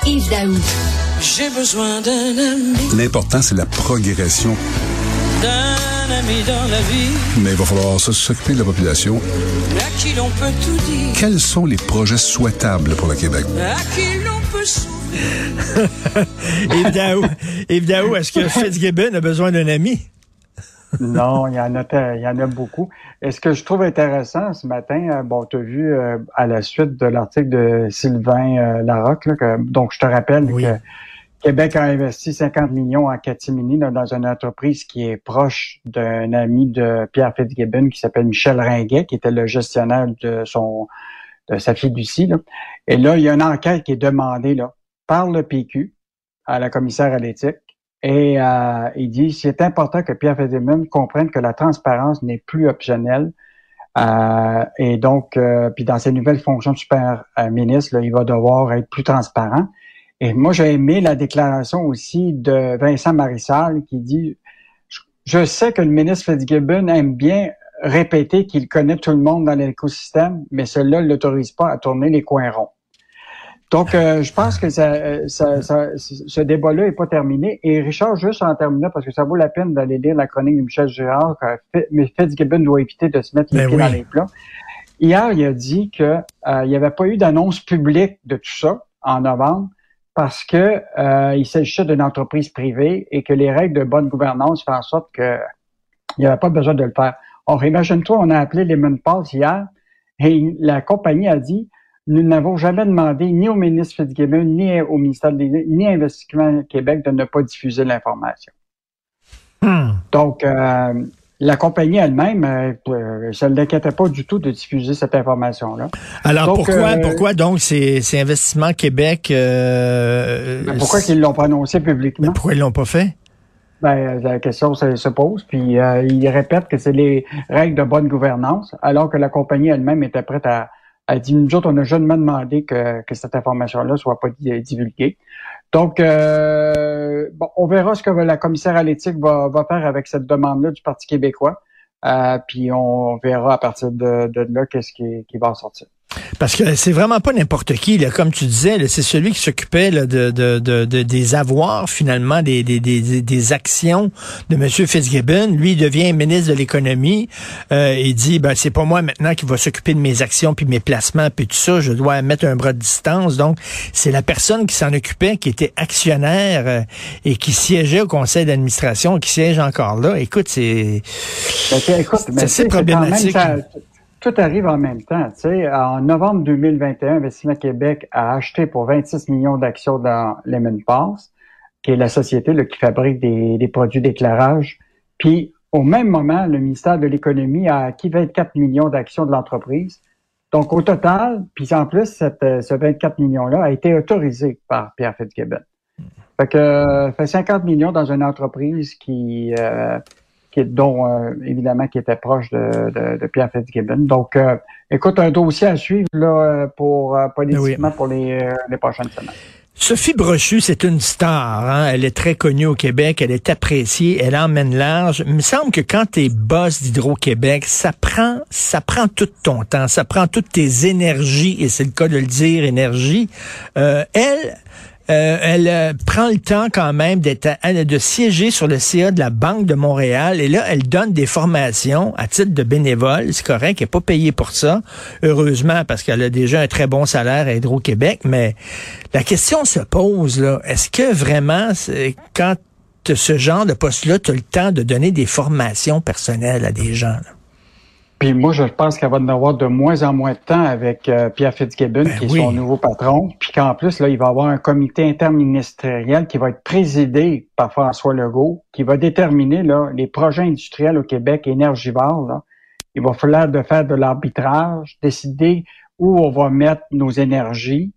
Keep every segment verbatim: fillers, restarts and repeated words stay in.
Yves Daou. J'ai besoin d'un ami. L'important, c'est la progression. D'un ami dans la vie. Mais il va falloir ça, s'occuper de la population. À qui l'on peut tout dire. Quels sont les projets souhaitables pour le Québec? À qui l'on peut sourire. Yves Daou, Yves Daou, est-ce que Fitzgibbon a besoin d'un ami? Non, il y en a, il y en a beaucoup. Et ce que je trouve intéressant ce matin, bon, tu as vu euh, à la suite de l'article de Sylvain euh, Larocque, là, que, donc je te rappelle oui. que Québec a investi cinquante millions en catimini là, dans une entreprise qui est proche d'un ami de Pierre Fitzgibbon qui s'appelle Michel Ringuet, qui était le gestionnaire de son de sa fiducie. Là. Et là, il y a une enquête qui est demandée là par le P Q à la commissaire à l'éthique. Et euh, il dit c'est important que Pierre Fitzgibbon comprenne que la transparence n'est plus optionnelle. Euh, et donc, euh, puis dans ses nouvelles fonctions de super euh, ministre, là, il va devoir être plus transparent. Et moi, j'ai aimé la déclaration aussi de Vincent Marissal qui dit je, je sais que le ministre Fitzgibbon aime bien répéter qu'il connaît tout le monde dans l'écosystème, mais cela ne l'autorise pas à tourner les coins ronds. Donc, euh, je pense que ça, ça, ça, ce débat-là n'est pas terminé. Et Richard, juste en terminant, parce que ça vaut la peine d'aller lire la chronique de Michel Girard, mais Fitzgibbon doit éviter de se mettre les ben pieds oui. dans les plats. Hier, il a dit que euh, il n'y avait pas eu d'annonce publique de tout ça en novembre parce que euh, il s'agissait d'une entreprise privée et que les règles de bonne gouvernance font en sorte que il n'y avait pas besoin de le faire. Or, imagine-toi, on a appelé Lemon Pulse hier et la compagnie a dit nous n'avons jamais demandé ni au ministre Fitzgibbon, ni au ministère de l'Énergie, ni à Investissement Québec de ne pas diffuser l'information. Hmm. Donc, euh, la compagnie elle-même, euh, ça ne l'inquiétait pas du tout de diffuser cette information-là. Alors, donc, pourquoi, euh, pourquoi donc c'est, c'est Investissement Québec... Euh, pourquoi ils ne l'ont pas annoncé publiquement? Pourquoi ils ne l'ont pas fait? Ben, la question se, se pose, puis euh, ils répètent que c'est les règles de bonne gouvernance, alors que la compagnie elle-même était prête à Elle dit, nous autres, on a jamais demandé que, que cette information-là soit pas divulguée. Donc, euh, bon, on verra ce que la commissaire à l'éthique va, va faire avec cette demande-là du Parti québécois. Euh, puis on verra à partir de, de là qu'est-ce qui, qui va en sortir. Parce que c'est vraiment pas n'importe qui, là, comme tu disais, là, c'est celui qui s'occupait là, de, de, de, de des avoirs finalement des, des, des, des actions de M. Fitzgibbon. Lui, il devient ministre de l'économie. Euh, il dit, ben c'est pas moi maintenant qui va s'occuper de mes actions puis mes placements puis tout ça. Je dois mettre un bras de distance. Donc, c'est la personne qui s'en occupait, qui était actionnaire euh, et qui siégeait au conseil d'administration, qui siège encore là. Écoute, c'est, ben, écoute, c'est assez problématique. Tout arrive en même temps. Tu sais, en novembre deux mille vingt et un, Investissement Québec a acheté pour vingt-six millions d'actions dans Lemon Pulse, qui est la société là, qui fabrique des, des produits d'éclairage. Puis, au même moment, le ministère de l'Économie a acquis vingt-quatre millions d'actions de l'entreprise. Donc, au total, puis en plus, cette, ce vingt-quatre millions-là a été autorisé par Pierre Fitzgibbon. Fait que, euh, fait cinquante millions dans une entreprise qui... Euh, dont, euh, évidemment, qui était proche de, de, de Pierre Fitzgibbon. Donc, euh, écoute, un dossier à suivre là pour euh, politiquement oui. pour les, euh, les prochaines semaines. Sophie Brochu, c'est une star. Hein? Elle est très connue au Québec, elle est appréciée, elle emmène large. Il me semble que quand t'es boss d'Hydro-Québec, ça prend, ça prend tout ton temps, ça prend toutes tes énergies, et c'est le cas de le dire, énergie. Euh, elle... Euh, elle euh, prend le temps quand même d'être à, de siéger sur le C A de la Banque de Montréal et là, elle donne des formations à titre de bénévole. C'est correct, elle n'est pas payée pour ça, heureusement, parce qu'elle a déjà un très bon salaire à Hydro-Québec, mais la question se pose, là, est-ce que vraiment, quand tu as ce genre de poste-là, tu as le temps de donner des formations personnelles à des gens, là? Puis moi, je pense qu'elle va en avoir de moins en moins de temps avec euh, Pierre Fitzgibbon, ben qui est oui. son nouveau patron. Puis qu'en plus, là, il va avoir un comité interministériel qui va être présidé par François Legault, qui va déterminer là les projets industriels au Québec énergivores. Là. Il va falloir de faire de l'arbitrage, décider où on va mettre nos énergies,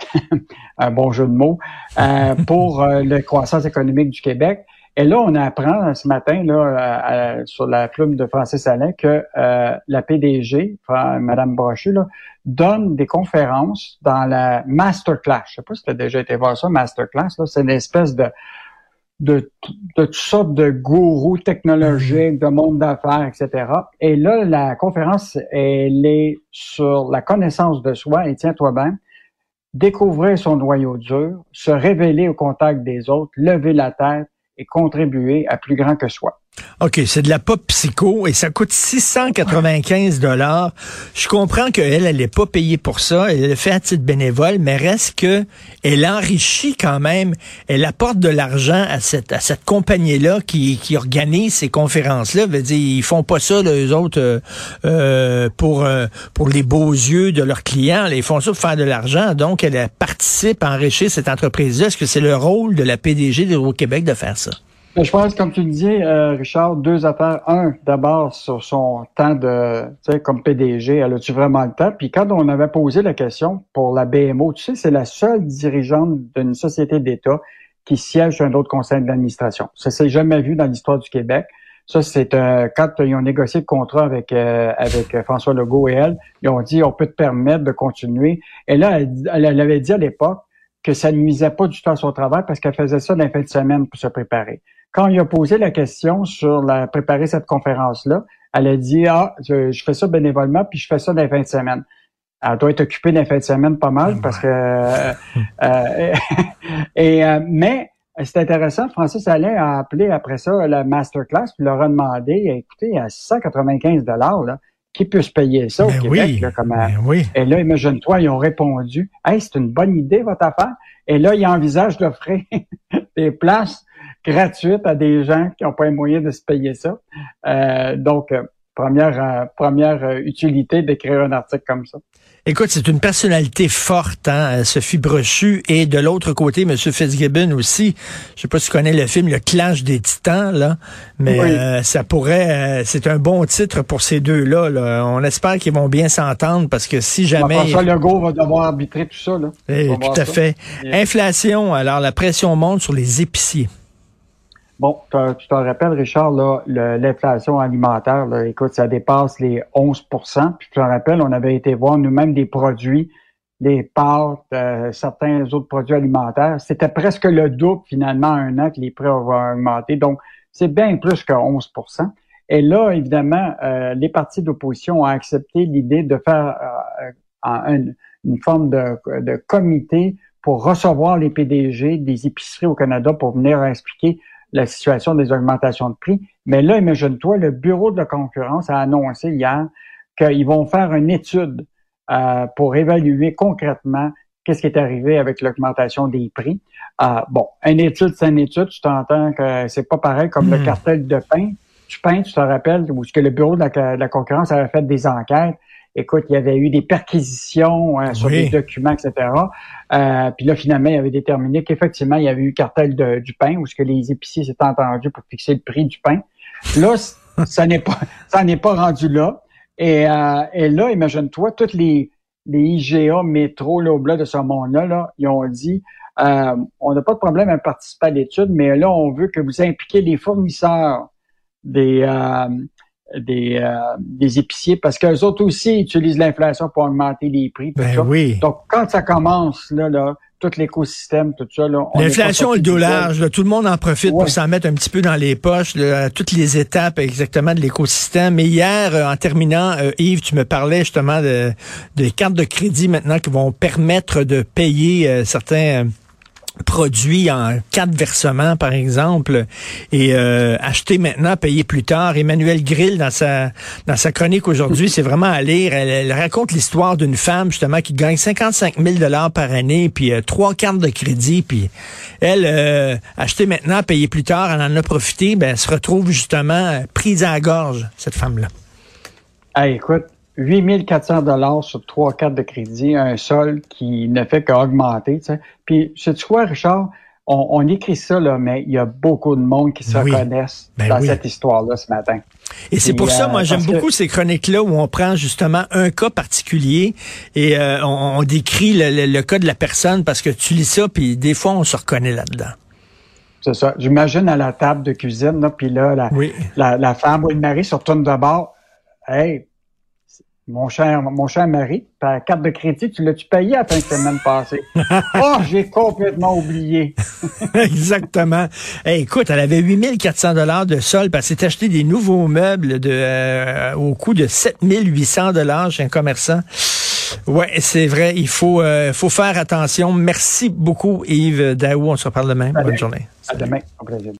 un bon jeu de mots, euh, pour euh, la croissance économique du Québec. Et là, on apprend ce matin là à, à, sur la plume de Francis Alain que euh, la P D G, Mme Brochu, là, donne des conférences dans la Masterclass. Je sais pas si tu as déjà été voir ça, Masterclass. Là, c'est une espèce de de, de toutes sortes de gourous technologiques, de monde d'affaires, et cetera. Et là, la conférence, elle est sur la connaissance de soi, et tiens-toi bien, découvrir son noyau dur, se révéler au contact des autres, lever la tête et contribuer à plus grand que soi. OK, c'est de la pop psycho et ça coûte six cent quatre-vingt-quinze dollars. Je comprends qu'elle, elle n'est pas payée pour ça. Elle le fait à titre bénévole, mais reste que elle enrichit quand même. Elle apporte de l'argent à cette à cette compagnie-là qui, qui organise ces conférences-là. Veut dire, ils font pas ça, là, eux autres, euh, euh, pour euh, pour les beaux yeux de leurs clients. Là, ils font ça pour faire de l'argent. Donc, elle participe à enrichir cette entreprise-là. Est-ce que c'est le rôle de la P D G d'Hydro-Québec de faire ça? Je pense, comme tu le disais, euh, Richard, deux affaires. Un, d'abord, sur son temps de, tu sais, comme P D G, elle a-tu vraiment le temps? Puis quand on avait posé la question pour la B M O, tu sais, c'est la seule dirigeante d'une société d'État qui siège dans un autre conseil d'administration. Ça s'est jamais vu dans l'histoire du Québec. Ça, c'est euh, quand ils ont négocié le contrat avec euh, avec François Legault et elle, ils ont dit, on peut te permettre de continuer. Et là, elle, elle avait dit à l'époque que ça ne nuisait pas du tout à son travail parce qu'elle faisait ça dans les fins de semaine pour se préparer. Quand il a posé la question sur la préparer cette conférence-là, elle a dit, ah, je, je fais ça bénévolement, puis je fais ça dans les fins de semaine. Elle doit être occupée dans les fins de semaine pas mal, parce que... Euh, euh, et euh, mais c'est intéressant, Francis Alain a appelé après ça la masterclass, puis leur a demandé, écoutez, à six cent quatre-vingt-quinze dollars, là, qui peut se payer ça ben au Québec? Oui, là, comme, ben oui. Et là, imagine-toi, ils ont répondu, « Hey, c'est une bonne idée, votre affaire. » Et là, ils envisagent d'offrir des places gratuites à des gens qui n'ont pas les moyens de se payer ça. Euh, donc, euh, première euh, première euh, utilité d'écrire un article comme ça. Écoute, c'est une personnalité forte, hein, Sophie Brochu, et de l'autre côté, M. Fitzgibbon aussi. Je sais pas si tu connais le film Le Clash des Titans, là, mais oui. euh, ça pourrait, euh, c'est un bon titre pour ces deux-là. Là. On espère qu'ils vont bien s'entendre parce que si jamais... François Legault va devoir arbitrer tout ça. Là. Eh, tout à ça. fait. Yeah. Inflation, alors la pression monte sur les épiciers. Bon, tu te rappelles, Richard, là, le, l'inflation alimentaire, là, écoute, ça dépasse les onze pour cent. Puis tu te rappelles, on avait été voir nous-mêmes des produits, les pâtes, euh, certains autres produits alimentaires. C'était presque le double, finalement, un an que les prix ont augmenté. Donc, c'est bien plus que onze pour cent. Et là, évidemment, euh, les partis d'opposition ont accepté l'idée de faire euh, une, une forme de, de comité pour recevoir les P D G des épiceries au Canada pour venir expliquer la situation des augmentations de prix. Mais là, imagine-toi, le Bureau de la concurrence a annoncé hier qu'ils vont faire une étude euh, pour évaluer concrètement qu'est-ce qui est arrivé avec l'augmentation des prix. Euh, bon, une étude, c'est une étude. Tu t'entends que c'est pas pareil comme mmh. le cartel de pain. Du pain, tu te rappelles, où ce que le Bureau de la, de la concurrence avait fait des enquêtes. Écoute, il y avait eu des perquisitions hein, sur oui. des documents, et cetera. Euh, puis là, finalement, il avait déterminé qu'effectivement, il y avait eu cartel de, du pain, où ce que les épiciers s'étaient entendus pour fixer le prix du pain. Là, ça n'est pas, ça n'est pas rendu là. Et, euh, et là, imagine-toi, toutes les, les I G A, métro, là, au blas de ce monde-là, là, ils ont dit, euh, on n'a pas de problème à participer à l'étude, mais là, on veut que vous impliquiez les fournisseurs des, euh, des euh, des épiciers parce qu'eux autres aussi utilisent l'inflation pour augmenter les prix. Tout ben ça. Oui. Donc, quand ça commence, là, là, tout l'écosystème, tout ça, là. L'inflation et le dollar, là, tout le monde en profite ouais. pour s'en mettre un petit peu dans les poches, là, toutes les étapes exactement de l'écosystème. Mais hier, euh, en terminant, euh, Yves, tu me parlais justement de, de cartes de crédit maintenant qui vont permettre de payer euh, certains... Euh, produits en quatre versements, par exemple, et euh, acheter maintenant, payer plus tard. Emmanuel Grill, dans sa dans sa chronique aujourd'hui, c'est vraiment à lire. Elle, elle raconte l'histoire d'une femme, justement, qui gagne cinquante-cinq mille dollars par année, puis euh, trois cartes de crédit, puis elle, euh, acheter maintenant, payer plus tard, elle en a profité, ben, elle se retrouve justement prise à la gorge, cette femme-là. Ah, écoute, huit mille quatre cents dollars sur trois cartes de crédit, un solde qui ne fait qu'augmenter. Tu sais. Puis, sais-tu quoi, Richard? On, on écrit ça, là, mais il y a beaucoup de monde qui se oui. reconnaissent ben dans oui. cette histoire-là ce matin. Et c'est pour euh, ça, moi, j'aime que... beaucoup ces chroniques-là où on prend justement un cas particulier et euh, on, on décrit le, le, le cas de la personne parce que tu lis ça, puis des fois, on se reconnaît là-dedans. C'est ça. J'imagine à la table de cuisine, là, puis là, la, oui. la, la femme ou le mari se retourne de bord. Hey, Mon cher, mon cher mari, ta carte de crédit, tu l'as-tu payé à la fin de semaine passée? Oh, j'ai complètement oublié. Exactement. Hey, écoute, elle avait huit mille quatre cents dollars de solde, parce qu'elle s'est acheté des nouveaux meubles de, euh, au coût de sept mille huit cents dollars chez un commerçant. Ouais, c'est vrai. Il faut, euh, faut faire attention. Merci beaucoup, Yves Daou. On se reparle demain. Allez. Bonne journée. À demain. Au plaisir.